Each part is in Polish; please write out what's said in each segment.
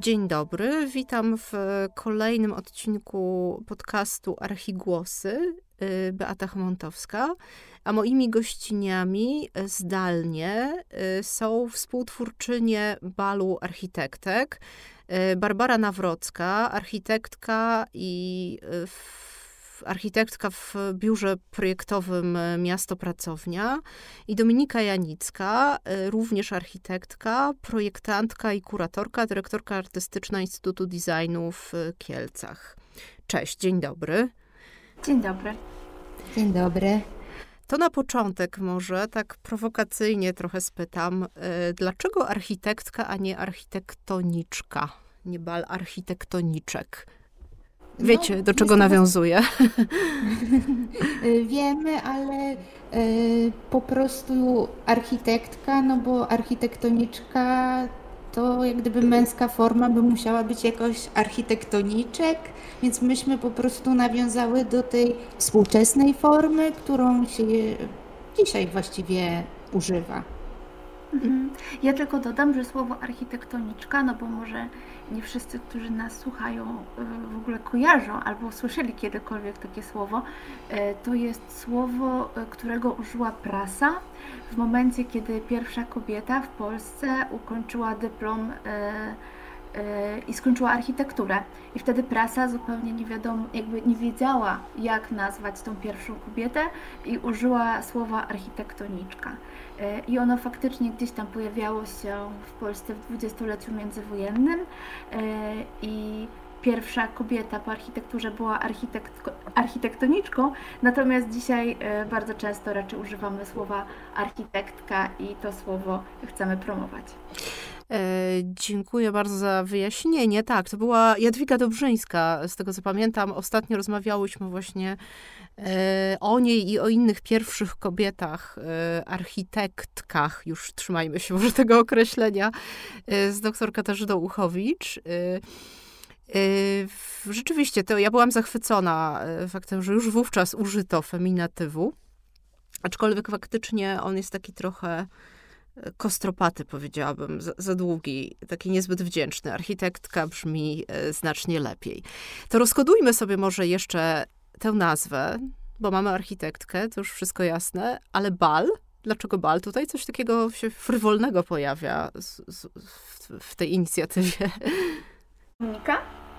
Dzień dobry, witam w kolejnym odcinku podcastu Archigłosy, Beata Chmontowska, a moimi gościniami zdalnie są współtwórczynie Balu Architektek, Barbara Nawrocka, architektka w biurze projektowym Miasto Pracownia i Dominika Janicka, również architektka, projektantka i kuratorka, dyrektorka artystyczna Instytutu Designu w Kielcach. Cześć, dzień dobry. Dzień dobry. Dzień dobry. To na początek może tak prowokacyjnie trochę spytam, dlaczego architektka, a nie architektoniczka, nie bal architektoniczek? Wiecie, do czego nawiązuję? Wiemy, ale po prostu architektka, no bo architektoniczka to jak gdyby męska forma by musiała być jakoś architektoniczek, więc myśmy po prostu nawiązały do tej współczesnej formy, którą się dzisiaj właściwie używa. Ja tylko dodam, że słowo architektoniczka, no bo może nie wszyscy, którzy nas słuchają, w ogóle kojarzą albo słyszeli kiedykolwiek takie słowo, to jest słowo, którego użyła prasa w momencie, kiedy pierwsza kobieta w Polsce ukończyła dyplom i skończyła architekturę. I wtedy prasa zupełnie nie wiedziała, jak nazwać tą pierwszą kobietę i użyła słowa architektoniczka. I ono faktycznie gdzieś tam pojawiało się w Polsce w dwudziestoleciu międzywojennym i pierwsza kobieta po architekturze była architektoniczką, natomiast dzisiaj bardzo często raczej używamy słowa architektka i to słowo chcemy promować. Dziękuję bardzo za wyjaśnienie. Tak, to była Jadwiga Dobrzyńska, z tego co pamiętam. Ostatnio rozmawiałyśmy właśnie o niej i o innych pierwszych kobietach, architektkach, już trzymajmy się może tego określenia, z dr Katarzyną Uchowicz. Rzeczywiście, to ja byłam zachwycona faktem, że już wówczas użyto feminatywu, aczkolwiek faktycznie on jest taki trochę kostropaty, powiedziałabym, za długi, taki niezbyt wdzięczny. Architektka brzmi znacznie lepiej. To rozkodujmy sobie może jeszcze tę nazwę, bo mamy architektkę, to już wszystko jasne, ale bal? Dlaczego bal? Tutaj coś takiego się frywolnego pojawia w tej inicjatywie. Monika?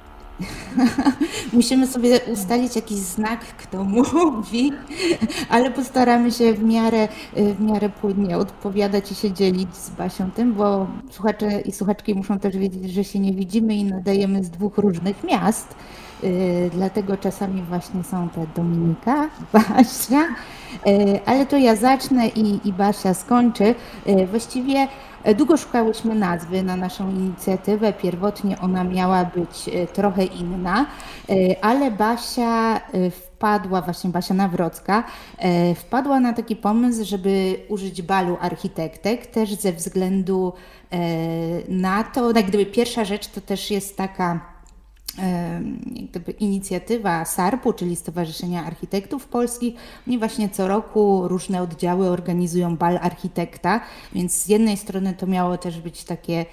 Musimy sobie ustalić jakiś znak, kto mówi, ale postaramy się w miarę płynnie odpowiadać i się dzielić z Basią tym, bo słuchacze i słuchaczki muszą też wiedzieć, że się nie widzimy i nadajemy z dwóch różnych miast. Dlatego czasami właśnie są te Dominika, Basia, ale to ja zacznę i Basia skończy. Właściwie długo szukałyśmy nazwy na naszą inicjatywę. Pierwotnie ona miała być trochę inna, ale Basia Nawrocka wpadła na taki pomysł, żeby użyć balu architektek, też ze względu na to, jak gdyby pierwsza rzecz to też jest taka jak gdyby inicjatywa SARP-u, czyli Stowarzyszenia Architektów Polskich. Oni właśnie co roku różne oddziały organizują bal architekta, więc z jednej strony to miało też być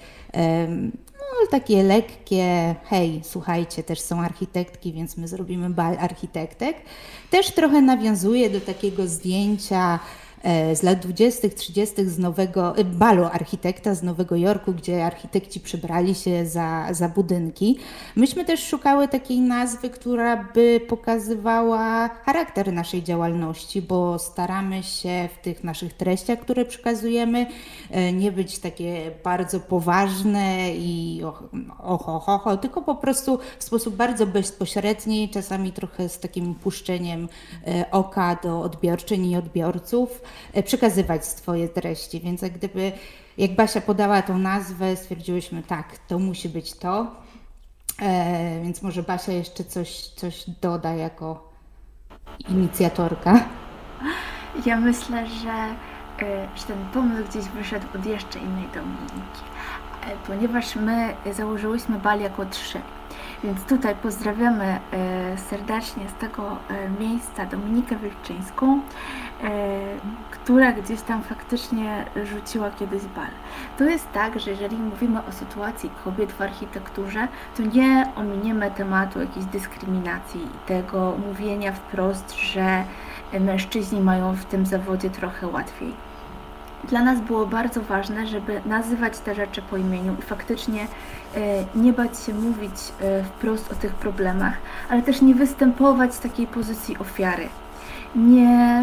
takie lekkie, hej, słuchajcie, też są architektki, więc my zrobimy bal architektek. Też trochę nawiązuje do takiego zdjęcia z lat 20., 30. z nowego balu architekta z Nowego Jorku, gdzie architekci przebrali się za budynki. Myśmy też szukały takiej nazwy, która by pokazywała charakter naszej działalności, bo staramy się w tych naszych treściach, które przekazujemy, nie być takie bardzo poważne i tylko po prostu w sposób bardzo bezpośredni, czasami trochę z takim puszczeniem oka do odbiorczyń i odbiorców, przekazywać swoje treści, więc jak Basia podała tą nazwę, stwierdziłyśmy, tak, to musi być to, więc może Basia jeszcze coś doda jako inicjatorka. Ja myślę, że ten pomysł gdzieś wyszedł od jeszcze innej Dominiki, ponieważ my założyłyśmy bal jako 3. Więc tutaj pozdrawiamy serdecznie z tego miejsca Dominikę Wilczyńską, która gdzieś tam faktycznie rzuciła kiedyś bal. To jest tak, że jeżeli mówimy o sytuacji kobiet w architekturze, to nie ominiemy tematu jakiejś dyskryminacji i tego mówienia wprost, że mężczyźni mają w tym zawodzie trochę łatwiej. Dla nas było bardzo ważne, żeby nazywać te rzeczy po imieniu i faktycznie nie bać się mówić wprost o tych problemach, ale też nie występować z takiej pozycji ofiary. Nie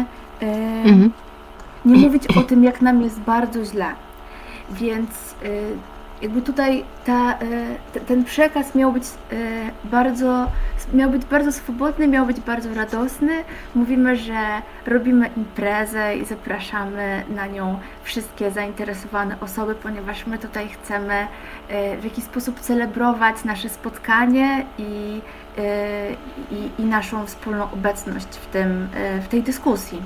mówić o tym, jak nam jest bardzo źle. Więc jakby tutaj ten przekaz miał być bardzo swobodny, miał być bardzo radosny. Mówimy, że robimy imprezę i zapraszamy na nią wszystkie zainteresowane osoby, ponieważ my tutaj chcemy w jakiś sposób celebrować nasze spotkanie i naszą wspólną obecność w tej dyskusji.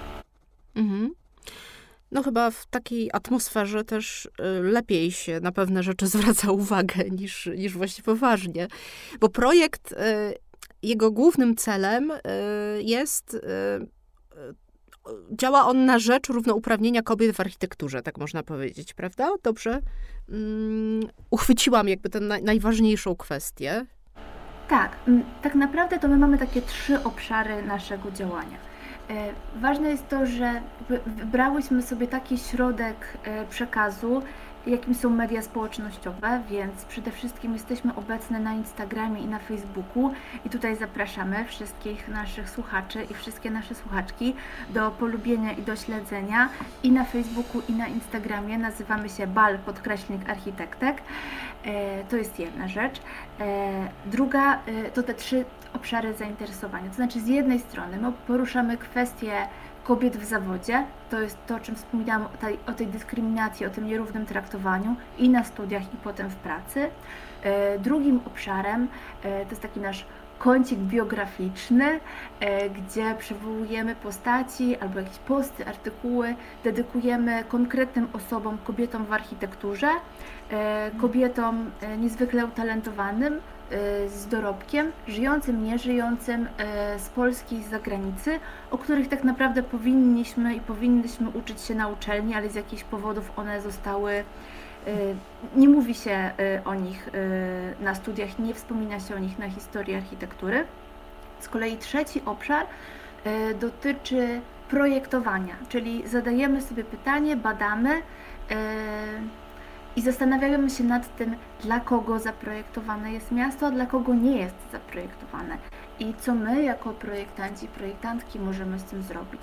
No chyba w takiej atmosferze też lepiej się na pewne rzeczy zwraca uwagę niż właśnie poważnie. Bo projekt, jego głównym celem jest, działa on na rzecz równouprawnienia kobiet w architekturze, tak można powiedzieć, prawda? Dobrze? Uchwyciłam jakby tę najważniejszą kwestię. Tak naprawdę to my mamy takie 3 obszary naszego działania. Ważne jest to, że wybrałyśmy sobie taki środek przekazu, jakim są media społecznościowe, więc przede wszystkim jesteśmy obecne na Instagramie i na Facebooku i tutaj zapraszamy wszystkich naszych słuchaczy i wszystkie nasze słuchaczki do polubienia i do śledzenia i na Facebooku i na Instagramie. Nazywamy się bal_architektek. To jest jedna rzecz. Druga to te 3 obszary zainteresowania. To znaczy z jednej strony my poruszamy kwestie kobiet w zawodzie, to jest to, o czym wspominałam, o tej dyskryminacji, o tym nierównym traktowaniu i na studiach, i potem w pracy. Drugim obszarem to jest taki nasz kącik biograficzny, gdzie przywołujemy postaci albo jakieś posty, artykuły, dedykujemy konkretnym osobom, kobietom w architekturze, kobietom niezwykle utalentowanym, z dorobkiem, żyjącym, nieżyjącym, z Polski i z zagranicy, o których tak naprawdę powinnyśmy uczyć się na uczelni, ale z jakichś powodów one zostały, nie mówi się o nich na studiach, nie wspomina się o nich na historii architektury. Z kolei trzeci obszar dotyczy projektowania, czyli zadajemy sobie pytanie, badamy i zastanawiamy się nad tym, dla kogo zaprojektowane jest miasto, a dla kogo nie jest zaprojektowane. I co my jako projektanci, projektantki możemy z tym zrobić.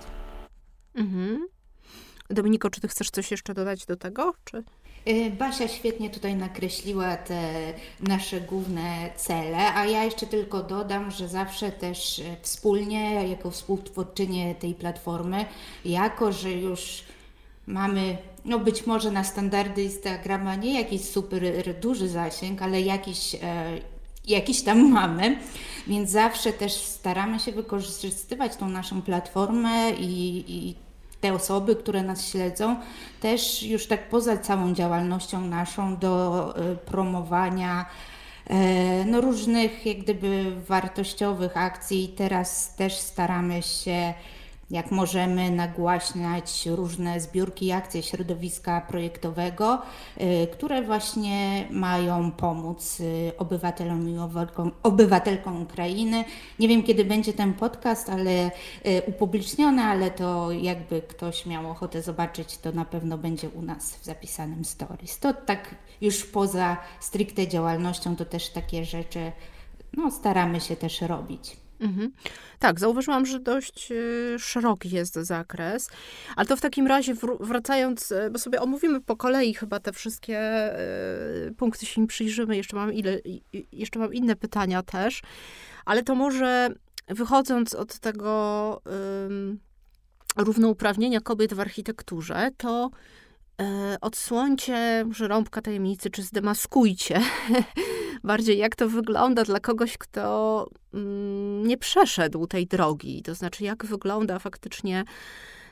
Dominiko, czy ty chcesz coś jeszcze dodać do tego? Czy... Basia świetnie tutaj nakreśliła te nasze główne cele, a ja jeszcze tylko dodam, że zawsze też wspólnie, jako współtwórczynie tej platformy, jako że już mamy, no być może na standardy Instagrama nie jakiś super duży zasięg, ale jakiś tam mamy, więc zawsze też staramy się wykorzystywać tą naszą platformę i te osoby, które nas śledzą, też już tak poza całą działalnością naszą do promowania no różnych jak gdyby wartościowych akcji. Teraz też staramy się, jak możemy, nagłaśniać różne zbiórki i akcje środowiska projektowego, które właśnie mają pomóc obywatelom i obywatelkom Ukrainy. Nie wiem, kiedy będzie ten podcast, ale upubliczniony, ale to jakby ktoś miał ochotę zobaczyć, to na pewno będzie u nas w zapisanym stories. To tak już poza stricte działalnością, to też takie rzeczy no, staramy się też robić. Tak, zauważyłam, że dość szeroki jest zakres, ale to w takim razie wracając, bo sobie omówimy po kolei chyba te wszystkie punkty, się im przyjrzymy, jeszcze mam inne pytania też, ale to może wychodząc od tego równouprawnienia kobiet w architekturze, to odsłońcie może rąbka tajemnicy, czy zdemaskujcie bardziej, jak to wygląda dla kogoś, kto nie przeszedł tej drogi. To znaczy, jak wygląda faktycznie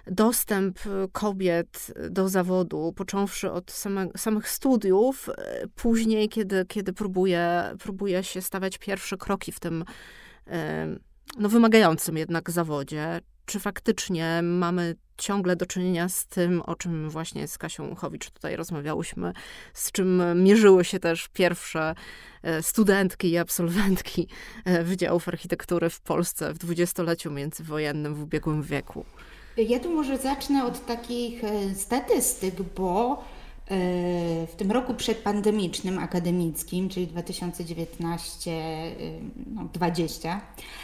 dostęp kobiet do zawodu, począwszy od samych studiów, później, kiedy próbuje się stawiać pierwsze kroki w tym wymagającym jednak zawodzie. Czy faktycznie mamy ciągle do czynienia z tym, o czym właśnie z Kasią Uchowicz tutaj rozmawiałyśmy, z czym mierzyły się też pierwsze studentki i absolwentki Wydziałów Architektury w Polsce w dwudziestoleciu międzywojennym w ubiegłym wieku? Ja tu może zacznę od takich statystyk, bo w tym roku przedpandemicznym, akademickim, czyli 2019-2020,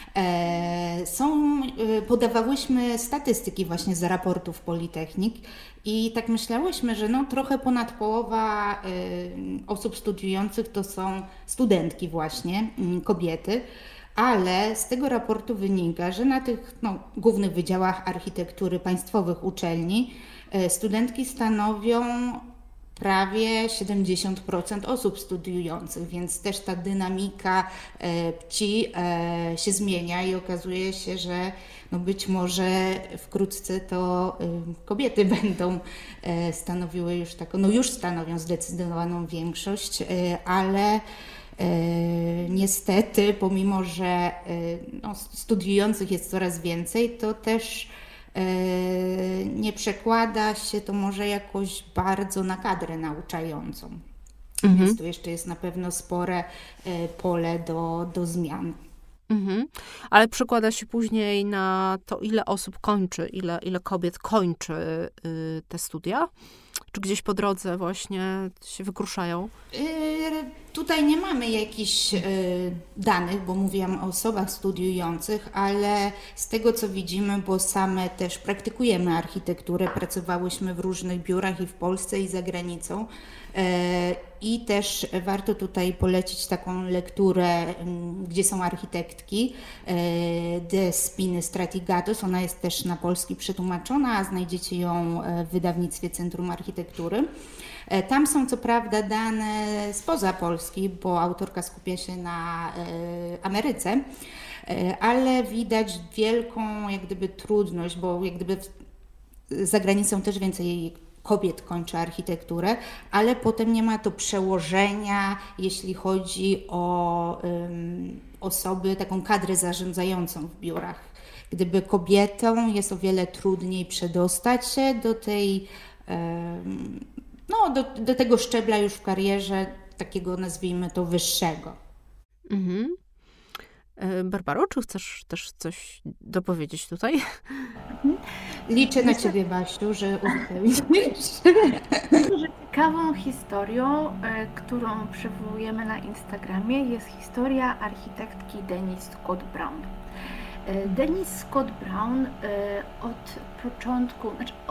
podawałyśmy statystyki właśnie z raportów Politechnik i tak myślałyśmy, że trochę ponad połowa osób studiujących to są studentki właśnie, kobiety. Ale z tego raportu wynika, że na tych głównych wydziałach architektury państwowych uczelni studentki stanowią prawie 70% osób studiujących, więc też ta dynamika płci się zmienia i okazuje się, że być może wkrótce to kobiety będą stanowiły już taką, już stanowią zdecydowaną większość, ale niestety, pomimo że studiujących jest coraz więcej, to też nie przekłada się to może jakoś bardzo na kadrę nauczającą. Więc tu jeszcze jest na pewno spore pole do zmian. Ale przekłada się później na to, ile osób kończy, ile kobiet kończy te studia? Czy gdzieś po drodze właśnie się wykruszają? Tutaj nie mamy jakichś danych, bo mówiłam o osobach studiujących, ale z tego co widzimy, bo same też praktykujemy architekturę, pracowałyśmy w różnych biurach i w Polsce i za granicą. I też warto tutaj polecić taką lekturę, gdzie są architektki, De Spiny Stratigatus. Ona jest też na polski przetłumaczona, a znajdziecie ją w wydawnictwie Centrum Architektury. Tam są co prawda dane spoza Polski, bo autorka skupia się na Ameryce, ale widać wielką jak gdyby trudność, bo jak gdyby za granicą też więcej kobiet kończy architekturę, ale potem nie ma to przełożenia, jeśli chodzi o osoby, taką kadrę zarządzającą w biurach. Gdyby kobietom jest o wiele trudniej przedostać się do tej, do tego szczebla już w karierze, takiego nazwijmy to wyższego. Barbaro, czy chcesz też coś dopowiedzieć tutaj? Liczę na Ciebie, Basiu, że uzupełnisz. Ciekawą historią, którą przywołujemy na Instagramie, jest historia architektki Denise Scott Brown. Denise Scott Brown od początku,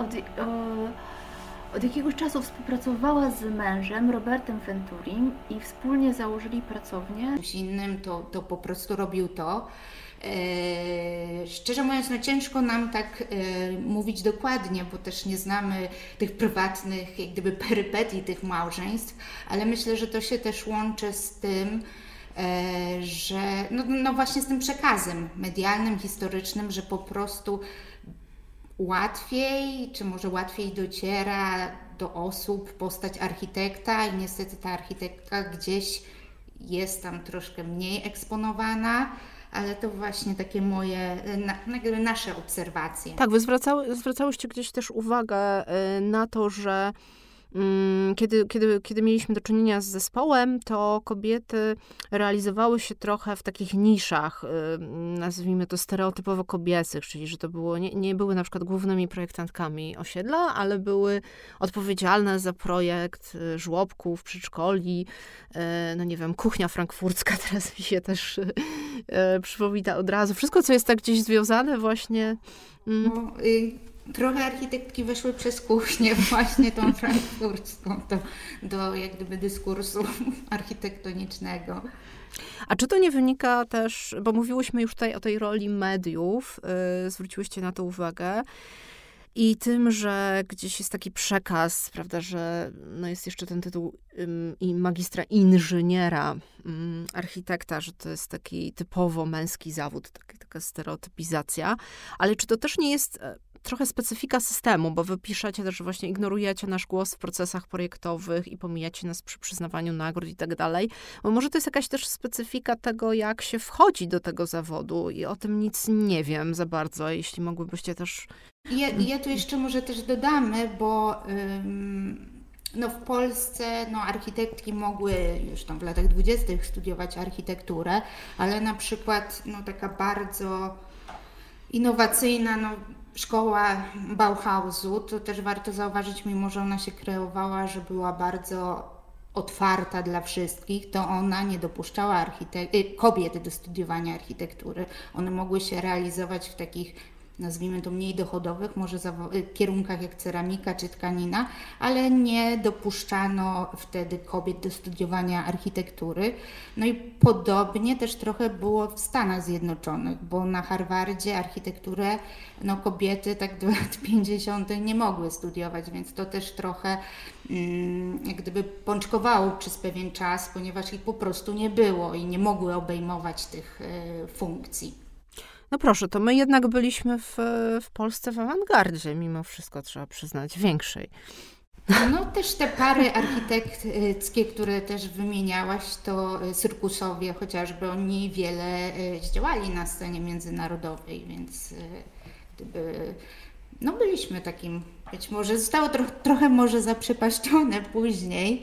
od jakiegoś czasu współpracowała z mężem, Robertem Venturim, i wspólnie założyli pracownię. Kimś innym to po prostu robił to. Szczerze mówiąc, ciężko nam tak mówić dokładnie, bo też nie znamy tych prywatnych jak gdyby perypetii tych małżeństw, ale myślę, że to się też łączy z tym, że właśnie z tym przekazem medialnym, historycznym, że po prostu łatwiej, czy może łatwiej dociera do osób postać architekta i niestety ta architektka gdzieś jest tam troszkę mniej eksponowana, ale to właśnie takie nasze obserwacje. Tak, wy zwracałyście gdzieś też uwagę na to, że kiedy mieliśmy do czynienia z zespołem, to kobiety realizowały się trochę w takich niszach, nazwijmy to stereotypowo kobiecych, czyli że to nie były na przykład głównymi projektantkami osiedla, ale były odpowiedzialne za projekt żłobków, przedszkoli, kuchnia frankfurcka teraz mi się też przypomina od razu. Wszystko, co jest tak gdzieś związane właśnie... Trochę architektki weszły przez kuchnię właśnie tą frankfurcką do jak gdyby dyskursu architektonicznego. A czy to nie wynika też, bo mówiłyśmy już tutaj o tej roli mediów, zwróciłyście na to uwagę, i tym, że gdzieś jest taki przekaz, prawda, że jest jeszcze ten tytuł i magistra inżyniera, architekta, że to jest taki typowo męski zawód, taka stereotypizacja. Ale czy to też nie jest trochę specyfika systemu, bo wy piszecie też, że właśnie ignorujecie nasz głos w procesach projektowych i pomijacie nas przy przyznawaniu nagród i tak dalej. Bo może to jest jakaś też specyfika tego, jak się wchodzi do tego zawodu i o tym nic nie wiem za bardzo, jeśli mogłybyście też... Ja tu jeszcze może też dodamy, bo no w Polsce architektki mogły już tam w latach 20. studiować architekturę, ale na przykład taka bardzo innowacyjna szkoła Bauhausu, to też warto zauważyć, mimo że ona się kreowała, że była bardzo otwarta dla wszystkich, to ona nie dopuszczała kobiet do studiowania architektury. One mogły się realizować w takich, nazwijmy to, mniej dochodowych, może kierunkach jak ceramika czy tkanina, ale nie dopuszczano wtedy kobiet do studiowania architektury. No i podobnie też trochę było w Stanach Zjednoczonych, bo na Harvardzie architekturę kobiety tak do lat 50. nie mogły studiować, więc to też trochę jak gdyby pączkowało przez pewien czas, ponieważ ich po prostu nie było i nie mogły obejmować tych funkcji. No proszę, to my jednak byliśmy w Polsce w awangardzie, mimo wszystko trzeba przyznać, większej. No też te pary architektckie, które też wymieniałaś, to cyrkusowie chociażby, oni wiele zdziałali na scenie międzynarodowej, więc gdyby, byliśmy takim, być może zostało trochę może zaprzepaszczone później,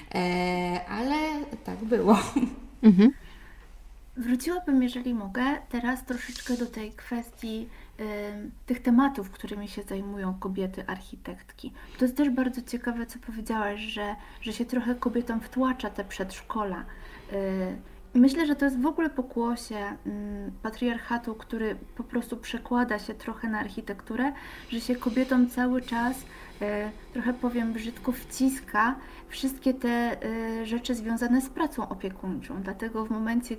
ale tak było. Mhm. Wróciłabym, jeżeli mogę, teraz troszeczkę do tej kwestii tych tematów, którymi się zajmują kobiety architektki. To jest też bardzo ciekawe, co powiedziałaś, że się trochę kobietom wtłacza te przedszkola. Myślę, że to jest w ogóle pokłosie patriarchatu, który po prostu przekłada się trochę na architekturę, że się kobietom cały czas, trochę powiem brzydko, wciska wszystkie te rzeczy związane z pracą opiekuńczą. Dlatego w momencie,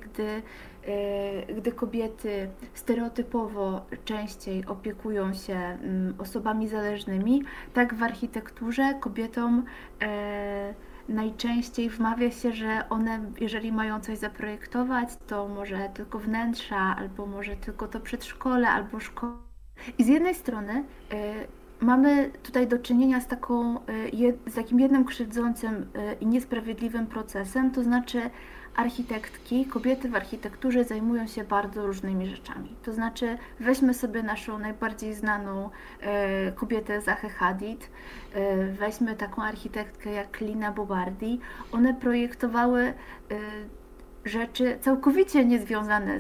gdy kobiety stereotypowo częściej opiekują się osobami zależnymi, tak w architekturze kobietom najczęściej wmawia się, że one, jeżeli mają coś zaprojektować, to może tylko wnętrza, albo może tylko to przedszkole, albo szkoła. I z jednej strony mamy tutaj do czynienia z takim jednym krzywdzącym i niesprawiedliwym procesem, to znaczy architektki, kobiety w architekturze zajmują się bardzo różnymi rzeczami. To znaczy weźmy sobie naszą najbardziej znaną kobietę Zahę Hadid, weźmy taką architektkę jak Lina Bobardi. One projektowały rzeczy całkowicie niezwiązane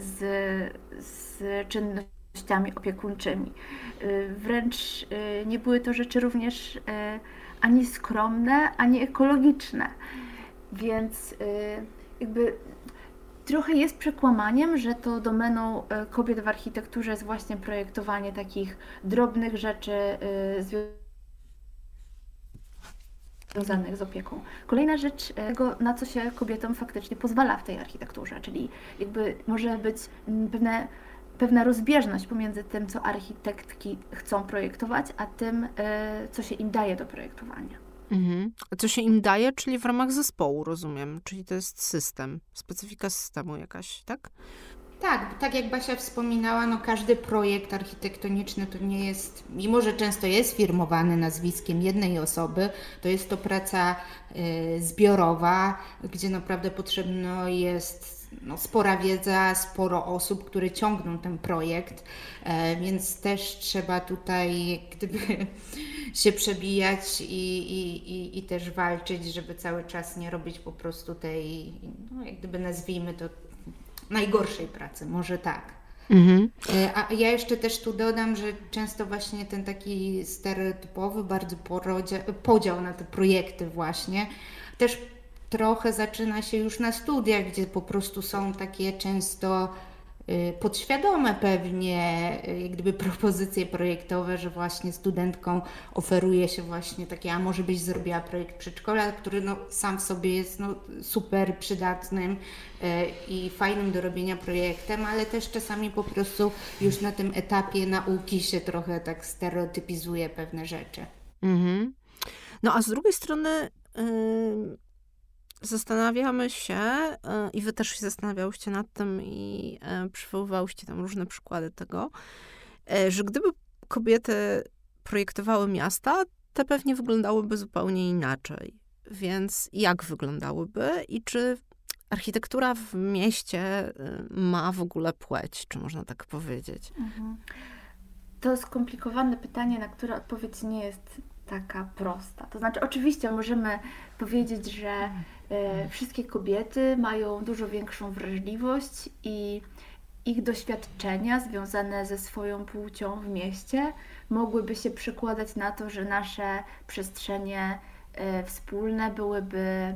z czynnościami opiekuńczymi. Wręcz nie były to rzeczy również ani skromne, ani ekologiczne. Więc jakby trochę jest przekłamaniem, że to domeną kobiet w architekturze jest właśnie projektowanie takich drobnych rzeczy związanych z opieką. Kolejna rzecz, tego, na co się kobietom faktycznie pozwala w tej architekturze, czyli jakby może być pewna rozbieżność pomiędzy tym, co architektki chcą projektować, a tym, co się im daje do projektowania. Mhm. A co się im daje, czyli w ramach zespołu, rozumiem. Czyli to jest system, specyfika systemu jakaś, tak? Tak jak Basia wspominała, każdy projekt architektoniczny to nie jest, mimo że często jest firmowany nazwiskiem jednej osoby, to jest to praca zbiorowa, gdzie naprawdę potrzebna jest spora wiedza, sporo osób, które ciągną ten projekt, więc też trzeba tutaj gdyby się przebijać i też walczyć, żeby cały czas nie robić po prostu tej, jak gdyby nazwijmy to, najgorszej pracy, może tak. Mhm. A ja jeszcze też tu dodam, że często właśnie ten taki stereotypowy bardzo podział na te projekty właśnie też trochę zaczyna się już na studiach, gdzie po prostu są takie często podświadome pewnie jak gdyby propozycje projektowe, że właśnie studentkom oferuje się właśnie takie, a może byś zrobiła projekt przedszkola, który sam w sobie jest super przydatnym i fajnym do robienia projektem, ale też czasami po prostu już na tym etapie nauki się trochę tak stereotypizuje pewne rzeczy. Mhm. No a z drugiej strony zastanawiamy się, i wy też się zastanawiałyście nad tym i przywoływałyście tam różne przykłady tego, że gdyby kobiety projektowały miasta, te pewnie wyglądałyby zupełnie inaczej. Więc jak wyglądałyby i czy architektura w mieście ma w ogóle płeć, czy można tak powiedzieć? To skomplikowane pytanie, na które odpowiedź nie jest taka prosta. To znaczy, oczywiście możemy powiedzieć, że wszystkie kobiety mają dużo większą wrażliwość i ich doświadczenia związane ze swoją płcią w mieście mogłyby się przekładać na to, że nasze przestrzenie wspólne byłyby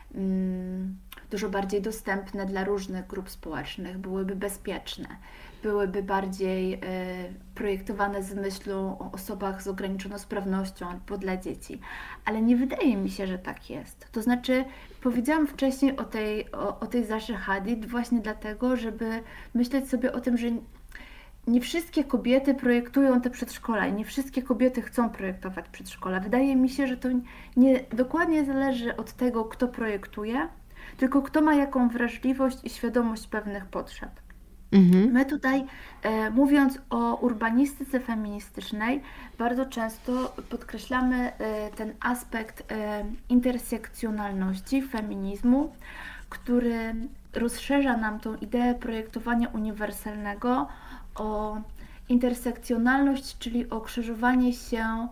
dużo bardziej dostępne dla różnych grup społecznych, byłyby bezpieczne, byłyby bardziej projektowane z myślą o osobach z ograniczoną sprawnością albo dla dzieci. Ale nie wydaje mi się, że tak jest. To znaczy, powiedziałam wcześniej o tej Zaszy Hadid właśnie dlatego, żeby myśleć sobie o tym, że nie wszystkie kobiety projektują te przedszkola i nie wszystkie kobiety chcą projektować przedszkola. Wydaje mi się, że to nie dokładnie zależy od tego, kto projektuje, tylko kto ma jaką wrażliwość i świadomość pewnych potrzeb. My tutaj, mówiąc o urbanistyce feministycznej, bardzo często podkreślamy ten aspekt intersekcjonalności feminizmu, który rozszerza nam tą ideę projektowania uniwersalnego o intersekcjonalność, czyli o krzyżowanie się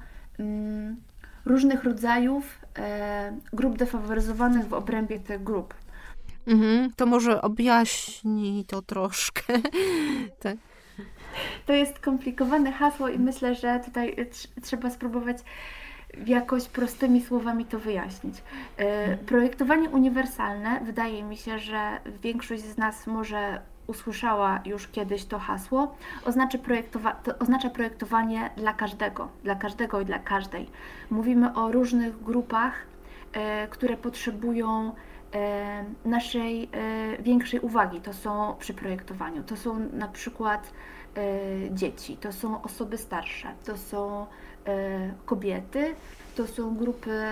różnych rodzajów grup defaworyzowanych w obrębie tych grup. To może objaśnij to troszkę. Tak. To jest skomplikowane hasło i myślę, że tutaj trzeba spróbować jakoś prostymi słowami to wyjaśnić. Projektowanie uniwersalne, wydaje mi się, że większość z nas może usłyszała już kiedyś to hasło, oznacza projektowanie dla każdego i dla każdej. Mówimy o różnych grupach, które potrzebują naszej większej uwagi. To są przy projektowaniu. To są na przykład dzieci, to są osoby starsze, to są kobiety, to są grupy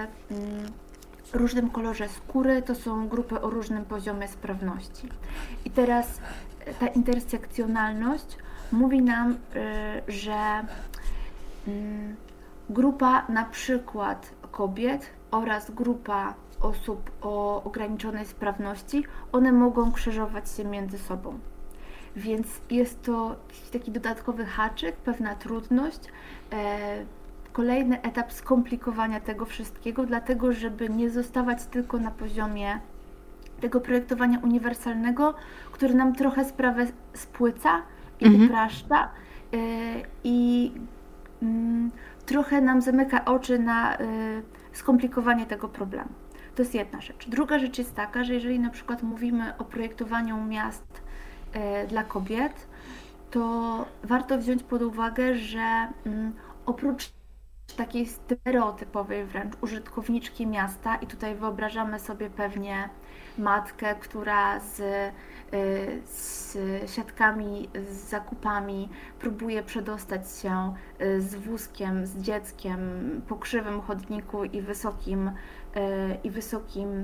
o różnym kolorze skóry, to są grupy o różnym poziomie sprawności. I teraz ta intersekcjonalność mówi nam, że grupa na przykład kobiet oraz grupa osób o ograniczonej sprawności, one mogą krzyżować się między sobą. Więc jest to taki dodatkowy haczyk, pewna trudność, kolejny etap skomplikowania tego wszystkiego, dlatego żeby nie zostawać tylko na poziomie tego projektowania uniwersalnego, który nam trochę sprawę spłyca i upraszcza i trochę nam zamyka oczy na skomplikowanie tego problemu. To jest jedna rzecz. Druga rzecz jest taka, że jeżeli na przykład mówimy o projektowaniu miast dla kobiet, to warto wziąć pod uwagę, że oprócz takiej stereotypowej wręcz użytkowniczki miasta i tutaj wyobrażamy sobie pewnie matkę, która z siatkami, z zakupami próbuje przedostać się z wózkiem, z dzieckiem po krzywym chodniku i wysokim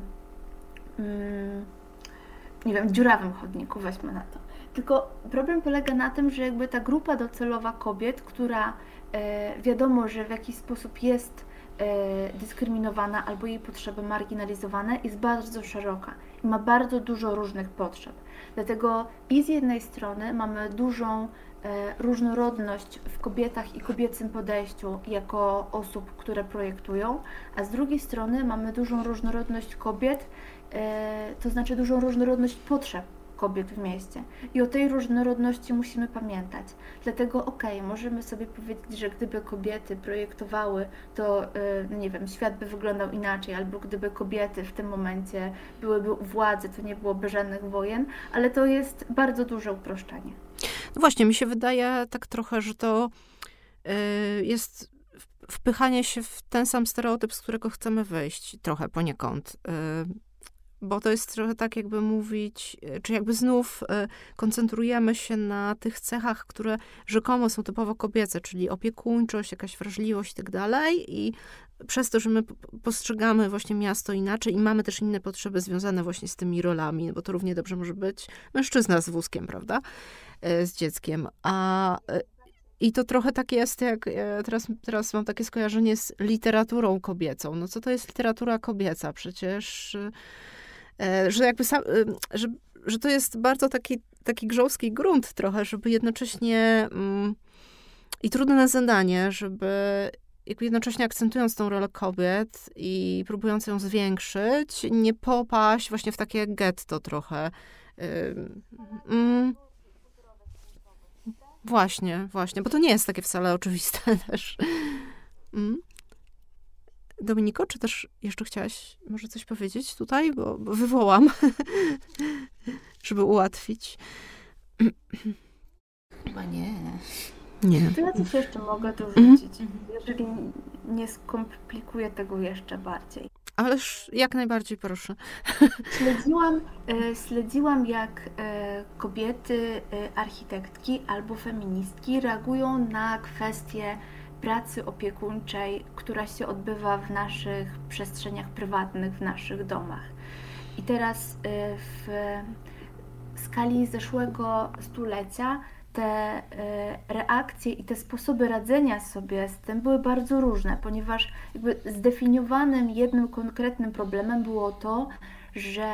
nie wiem, dziurawym chodniku, weźmy na to. Tylko problem polega na tym, że jakby ta grupa docelowa kobiet, która wiadomo, że w jakiś sposób jest dyskryminowana albo jej potrzeby marginalizowane, jest bardzo szeroka i ma bardzo dużo różnych potrzeb. Dlatego i z jednej strony mamy dużą różnorodność w kobietach i kobiecym podejściu jako osób, które projektują, a z drugiej strony mamy dużą różnorodność kobiet, to znaczy dużą różnorodność potrzeb kobiet w mieście. I o tej różnorodności musimy pamiętać. Dlatego możemy sobie powiedzieć, że gdyby kobiety projektowały, to nie wiem, świat by wyglądał inaczej, albo gdyby kobiety w tym momencie byłyby u władzy, to nie byłoby żadnych wojen, ale to jest bardzo duże uproszczenie. No właśnie, mi się wydaje tak trochę, że to jest wpychanie się w ten sam stereotyp, z którego chcemy wyjść, trochę poniekąd. Bo to jest trochę tak, jakby mówić, czy jakby znów koncentrujemy się na tych cechach, które rzekomo są typowo kobiece, czyli opiekuńczość, jakaś wrażliwość i tak dalej. I przez to, że my postrzegamy właśnie miasto inaczej i mamy też inne potrzeby związane właśnie z tymi rolami, bo to równie dobrze może być mężczyzna z wózkiem, prawda? Z dzieckiem. I to trochę tak jest, jak teraz mam takie skojarzenie z literaturą kobiecą. No co to jest literatura kobieca? Przecież, że jakby że to jest bardzo taki grząski grunt trochę, żeby jednocześnie i trudne zadanie, żeby jakby jednocześnie akcentując tą rolę kobiet i próbując ją zwiększyć, nie popaść właśnie w takie getto trochę. Właśnie, bo to nie jest takie wcale oczywiste też. Dominiko, czy też jeszcze chciałaś może coś powiedzieć tutaj? Bo wywołam, żeby ułatwić. Chyba nie. To ja coś jeszcze mogę dorzucić, jeżeli nie skomplikuję tego jeszcze bardziej. Ależ jak najbardziej proszę. Śledziłam jak kobiety, architektki albo feministki reagują na kwestię pracy opiekuńczej, która się odbywa w naszych przestrzeniach prywatnych, w naszych domach. I teraz w skali zeszłego stulecia te reakcje i te sposoby radzenia sobie z tym były bardzo różne, ponieważ jakby zdefiniowanym jednym konkretnym problemem było to, że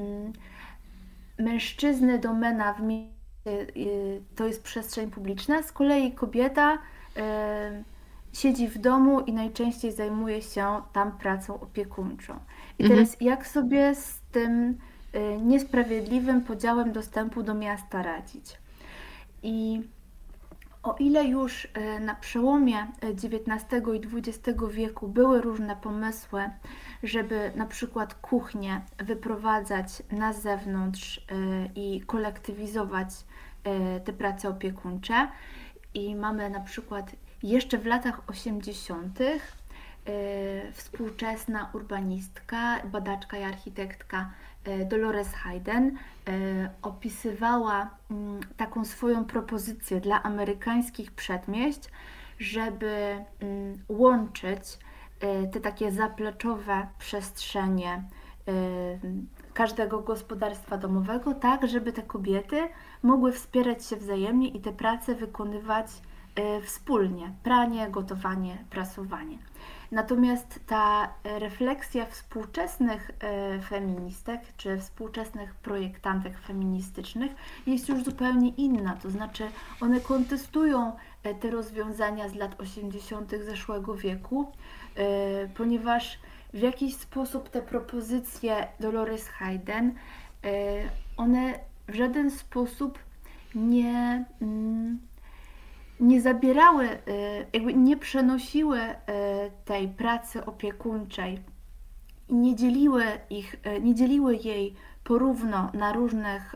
mężczyzny domena w mieście to jest przestrzeń publiczna, z kolei kobieta siedzi w domu i najczęściej zajmuje się tam pracą opiekuńczą. I teraz jak sobie z tym niesprawiedliwym podziałem dostępu do miasta radzić? I o ile już na przełomie XIX i XX wieku były różne pomysły, żeby na przykład kuchnię wyprowadzać na zewnątrz i kolektywizować te prace opiekuńcze, i mamy na przykład jeszcze w latach 80. Współczesna urbanistka, badaczka i architektka Dolores Hayden opisywała taką swoją propozycję dla amerykańskich przedmieść, żeby łączyć te takie zapleczowe przestrzenie każdego gospodarstwa domowego, tak żeby te kobiety mogły wspierać się wzajemnie i te prace wykonywać wspólnie. Pranie, gotowanie, prasowanie. Natomiast ta refleksja współczesnych feministek czy współczesnych projektantek feministycznych jest już zupełnie inna. To znaczy one kontestują te rozwiązania z lat 80. zeszłego wieku, ponieważ w jakiś sposób te propozycje Dolores Hayden, one w żaden sposób nie zabierały, jakby nie przenosiły tej pracy opiekuńczej i nie dzieliły jej porówno na różnych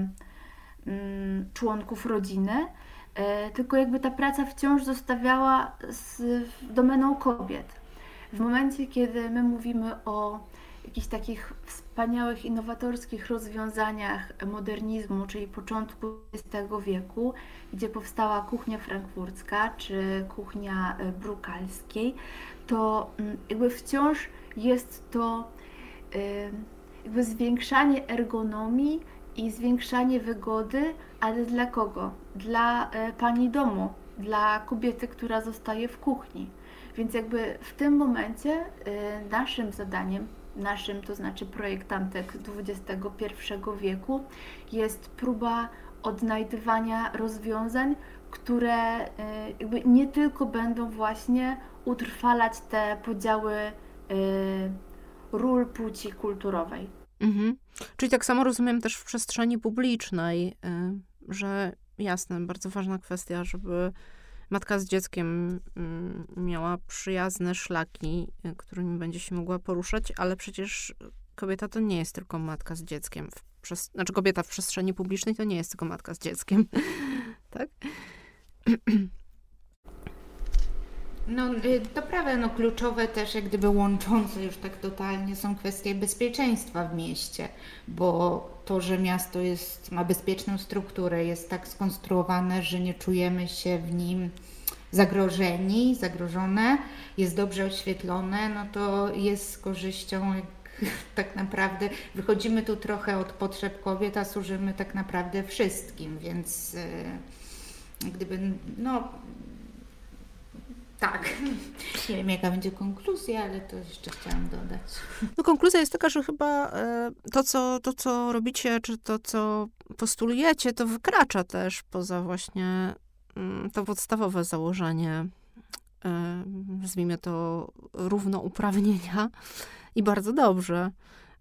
członków rodziny, tylko jakby ta praca wciąż zostawiała domeną kobiet. W momencie, kiedy my mówimy o jakichś takich wspaniałych, innowatorskich rozwiązaniach modernizmu, czyli początku XX wieku, gdzie powstała kuchnia frankfurcka czy kuchnia brukalskiej, to jakby wciąż jest to jakby zwiększanie ergonomii i zwiększanie wygody, ale dla kogo? Dla pani domu, dla kobiety, która zostaje w kuchni. Więc jakby w tym momencie naszym zadaniem, to znaczy projektantek XXI wieku, jest próba odnajdywania rozwiązań, które jakby nie tylko będą właśnie utrwalać te podziały ról płci kulturowej. Czyli tak samo rozumiem też w przestrzeni publicznej, że jasne, bardzo ważna kwestia, żeby matka z dzieckiem miała przyjazne szlaki, którymi będzie się mogła poruszać, ale przecież kobieta to nie jest tylko matka z dzieckiem. Znaczy kobieta w przestrzeni publicznej to nie jest tylko matka z dzieckiem. Tak? No to prawda, no kluczowe też jak gdyby łączące już tak totalnie są kwestie bezpieczeństwa w mieście, bo to, że miasto ma bezpieczną strukturę, jest tak skonstruowane, że nie czujemy się w nim zagrożone, jest dobrze oświetlone, no to jest z korzyścią, tak naprawdę wychodzimy tu trochę od potrzeb kobiet, a służymy tak naprawdę wszystkim, więc Tak. Nie wiem, jaka będzie konkluzja, ale to jeszcze chciałam dodać. No, konkluzja jest taka, że chyba to, co robicie, czy to, co postulujecie, to wykracza też poza właśnie to podstawowe założenie, nazwijmy to, równouprawnienia i bardzo dobrze.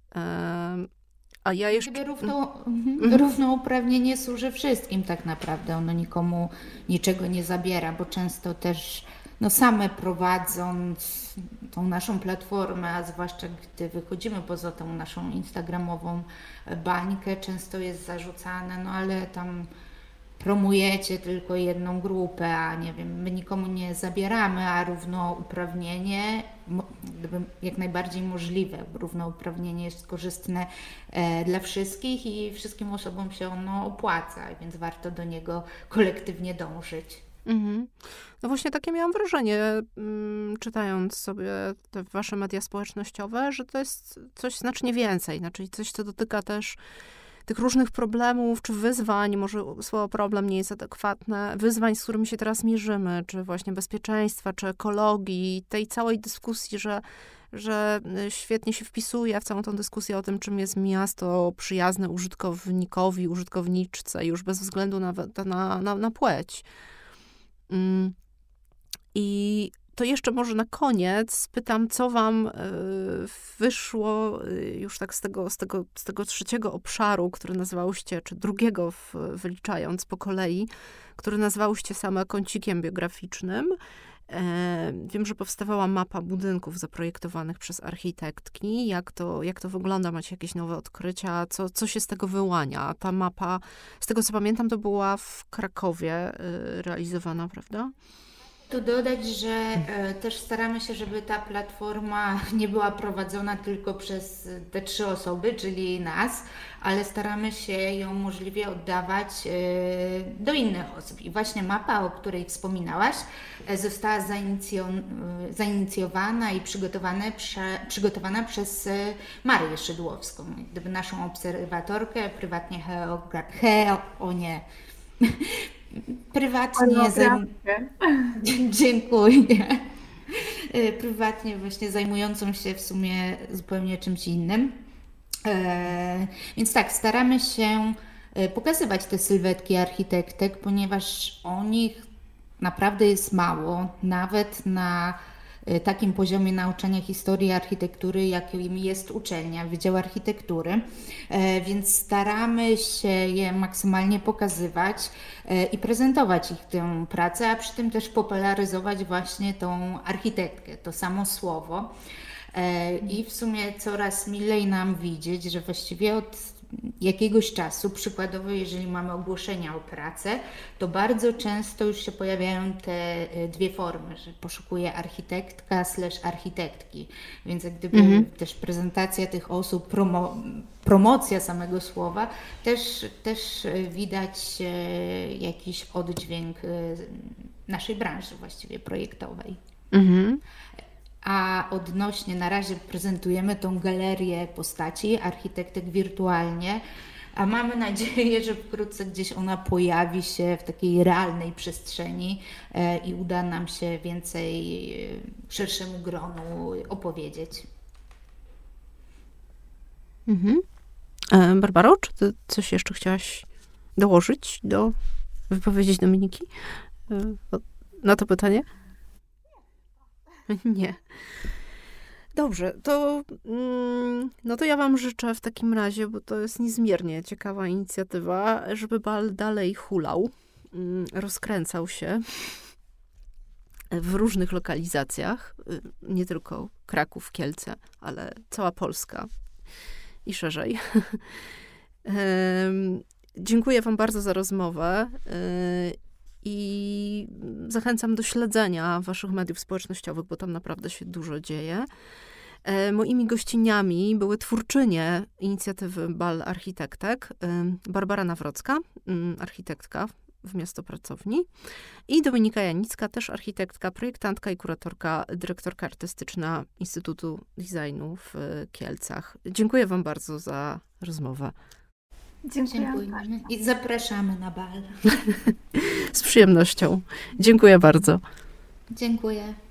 A ja jeszcze... Równouprawnienie służy wszystkim tak naprawdę. Ono nikomu niczego nie zabiera, bo często też same prowadząc tą naszą platformę, a zwłaszcza gdy wychodzimy poza tą naszą instagramową bańkę, często jest zarzucane, ale tam promujecie tylko jedną grupę, a nie wiem, my nikomu nie zabieramy, a równouprawnienie jak najbardziej możliwe. Równouprawnienie jest korzystne dla wszystkich i wszystkim osobom się ono opłaca, więc warto do niego kolektywnie dążyć. Mhm. No właśnie takie miałam wrażenie, czytając sobie te wasze media społecznościowe, że to jest coś znacznie więcej, znaczy coś, co dotyka też tych różnych problemów, czy wyzwań, może słowo problem nie jest adekwatne, wyzwań, z którymi się teraz mierzymy, czy właśnie bezpieczeństwa, czy ekologii, tej całej dyskusji, że świetnie się wpisuje w całą tą dyskusję o tym, czym jest miasto przyjazne użytkownikowi, użytkowniczce, już bez względu na płeć. I to jeszcze może na koniec spytam, co wam wyszło już tak z tego trzeciego obszaru, który nazwałyście, czy drugiego wyliczając po kolei, który nazwałyście same kącikiem biograficznym. Wiem, że powstawała mapa budynków zaprojektowanych przez architektki. Jak to wygląda? Macie jakieś nowe odkrycia? Co się z tego wyłania? Ta mapa, z tego co pamiętam, to była w Krakowie realizowana, prawda? Tu dodać, że też staramy się, żeby ta platforma nie była prowadzona tylko przez te 3 osoby, czyli nas, ale staramy się ją możliwie oddawać do innych osób. I właśnie mapa, o której wspominałaś, została zainicjowana i przygotowana przez Marię Szydłowską, gdyby naszą obserwatorkę, prywatnie Dziękuję. Prywatnie właśnie zajmującą się w sumie zupełnie czymś innym. Więc tak, staramy się pokazywać te sylwetki architektek, ponieważ o nich naprawdę jest mało, nawet na takim poziomie nauczania historii architektury, jakim jest uczelnia, Wydział Architektury, więc staramy się je maksymalnie pokazywać i prezentować ich tę pracę, a przy tym też popularyzować właśnie tą architektkę, to samo słowo. I w sumie coraz milej nam widzieć, że właściwie od jakiegoś czasu, przykładowo jeżeli mamy ogłoszenia o pracę, to bardzo często już się pojawiają te 2 formy, że poszukuje architektka / architektki, więc jak gdyby też prezentacja tych osób, promocja samego słowa, też widać jakiś oddźwięk naszej branży właściwie projektowej. A odnośnie, na razie prezentujemy tą galerię postaci architektek wirtualnie, a mamy nadzieję, że wkrótce gdzieś ona pojawi się w takiej realnej przestrzeni i uda nam się więcej szerszemu gronu opowiedzieć. Barbaro, czy ty coś jeszcze chciałaś dołożyć do wypowiedzi Dominiki na to pytanie? Nie. Dobrze, to ja wam życzę w takim razie, bo to jest niezmiernie ciekawa inicjatywa, żeby bal dalej hulał, rozkręcał się w różnych lokalizacjach, nie tylko Kraków, Kielce, ale cała Polska i szerzej. Dziękuję wam bardzo za rozmowę. I zachęcam do śledzenia waszych mediów społecznościowych, bo tam naprawdę się dużo dzieje. Moimi gościniami były twórczynie inicjatywy Bal Architektek, Barbara Nawrocka, architektka w Miastopracowni, i Dominika Janicka, też architektka, projektantka i kuratorka, dyrektorka artystyczna Instytutu Designu w Kielcach. Dziękuję wam bardzo za rozmowę. Dziękujemy i zapraszamy na bal. Z przyjemnością. Dziękuję bardzo. Dziękuję.